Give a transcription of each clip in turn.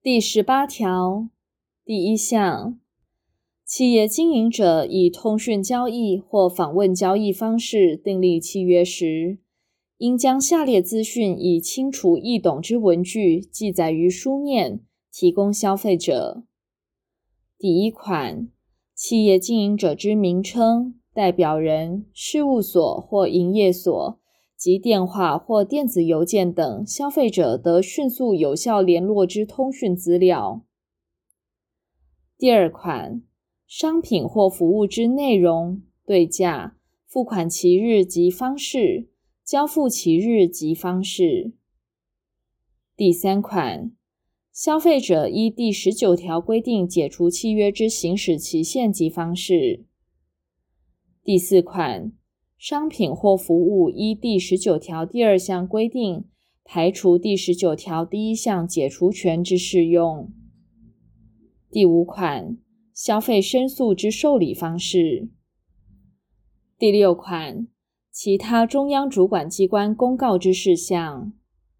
第18条第1项，企业经营者以通讯交易或访问交易方式订立契约时，应将下列资讯以清楚易懂之文句记载于书面，提供消费者。第1款，企业经营者之名称、代表人、事务所或营业所及电话或电子邮件等消费者得迅速有效联络之通讯资料。第2款，商品或服务之内容、对价、付款期日及方式、交付期日及方式。第3款，消费者依第19条规定解除契约之行使期限及方式。第4款，商品或服务依第19条第2项规定排除第19条第1项解除权之适用。第5款，消费申诉之受理方式。第6款，其他中央主管机关公告之事项。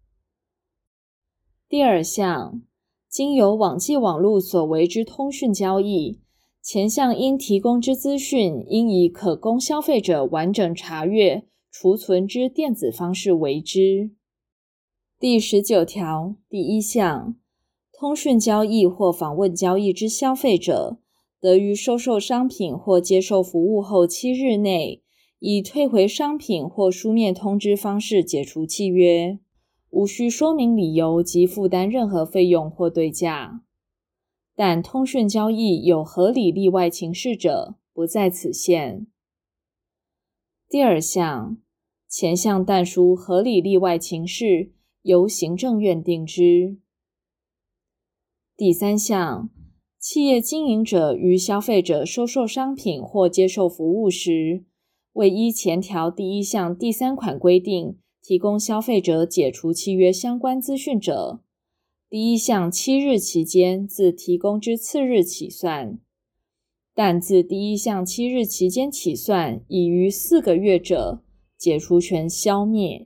第2项，经由网际网路所为之通讯交易，前项应提供之资讯应以可供消费者完整查阅、储存之电子方式为之。第19条第1项，通讯交易或访问交易之消费者，得于收受商品或接受服务后7日内，以退回商品或书面通知方式解除契约，无需说明理由及负担任何费用或对价。但通讯交易有合理例外情事者，不在此限。第2项，前项但属合理例外情事，由行政院定之。第3项，企业经营者于消费者收受商品或接受服务时，未依前条第1项第3款规定提供消费者解除契约相关资讯者，第1项7日期间自提供之次日起算，但自第1项7日期间起算已逾4个月者，解除权消灭。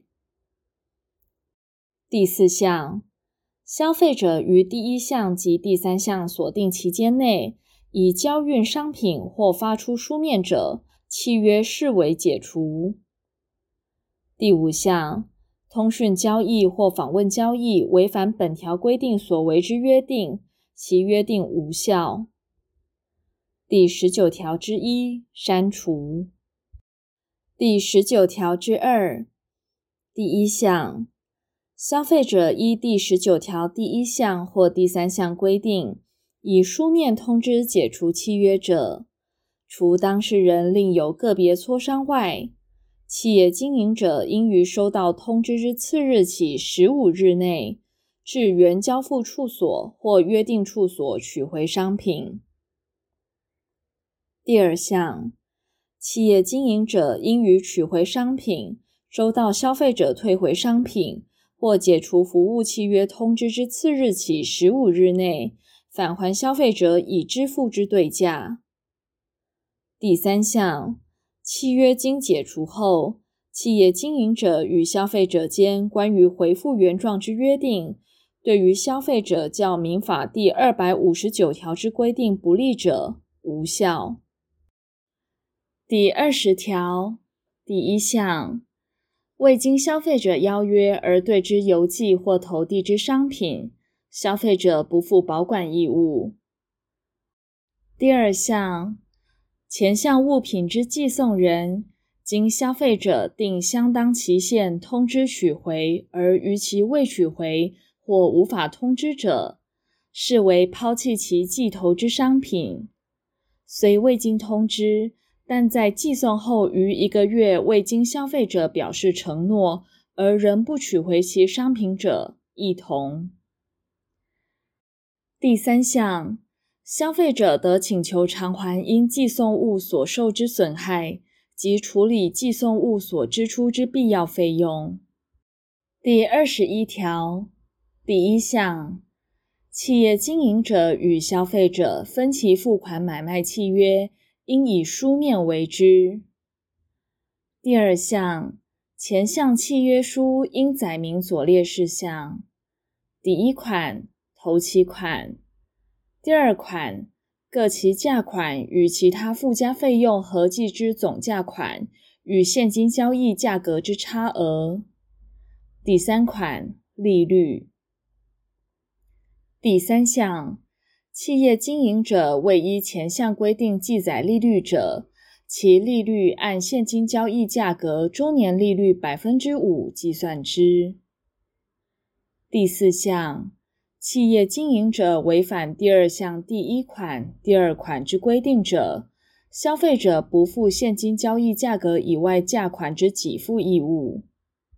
第4项，消费者于第1项及第3项所定期间内，已交运商品或发出书面者，契约视为解除。第5项，通讯交易或访问交易违反本条规定所为之约定，其约定无效。第19条之1删除。第19条之2第1项，消费者依第19条第1项或第3项规定，以书面通知解除契约者，除当事人另有个别磋商外，企业经营者应于收到通知之次日起15日内，至原交付处所或约定处所取回商品。第2项，企业经营者应于取回商品、收到消费者退回商品或解除服务契约通知之次日起15日内，返还消费者已支付之对价。第3项，契约经解除后，企业经营者与消费者间关于回复原状之约定，对于消费者较民法第259条之规定不利者，无效。第20条第1项，未经消费者邀约而对之邮寄或投递之商品，消费者不负保管义务。第2项，前项物品之寄送人，经消费者定相当期限通知取回而逾期未取回或无法通知者，视为抛弃其寄投之商品。虽未经通知，但在寄送后逾1个月未经消费者表示承诺而仍不取回其商品者，亦同。第3项，消费者得请求偿还因寄送物所受之损害及处理寄送物所支出之必要费用。第21条第1项，企业经营者与消费者分期付款买卖契约，应以书面为之。第2项，前项契约书应载明左列事项。第1款， 头期款。第二款，各其价款与其他附加费用合计之总价款与现金交易价格之差额。第三款，利率。第三项，企业经营者未依前项规定记载利率者，其利率按现金交易价格周年利率 5% 计算之。第四项，企业经营者违反第二项第一款、第二款之规定者，消费者不负现金交易价格以外价款之给付义务。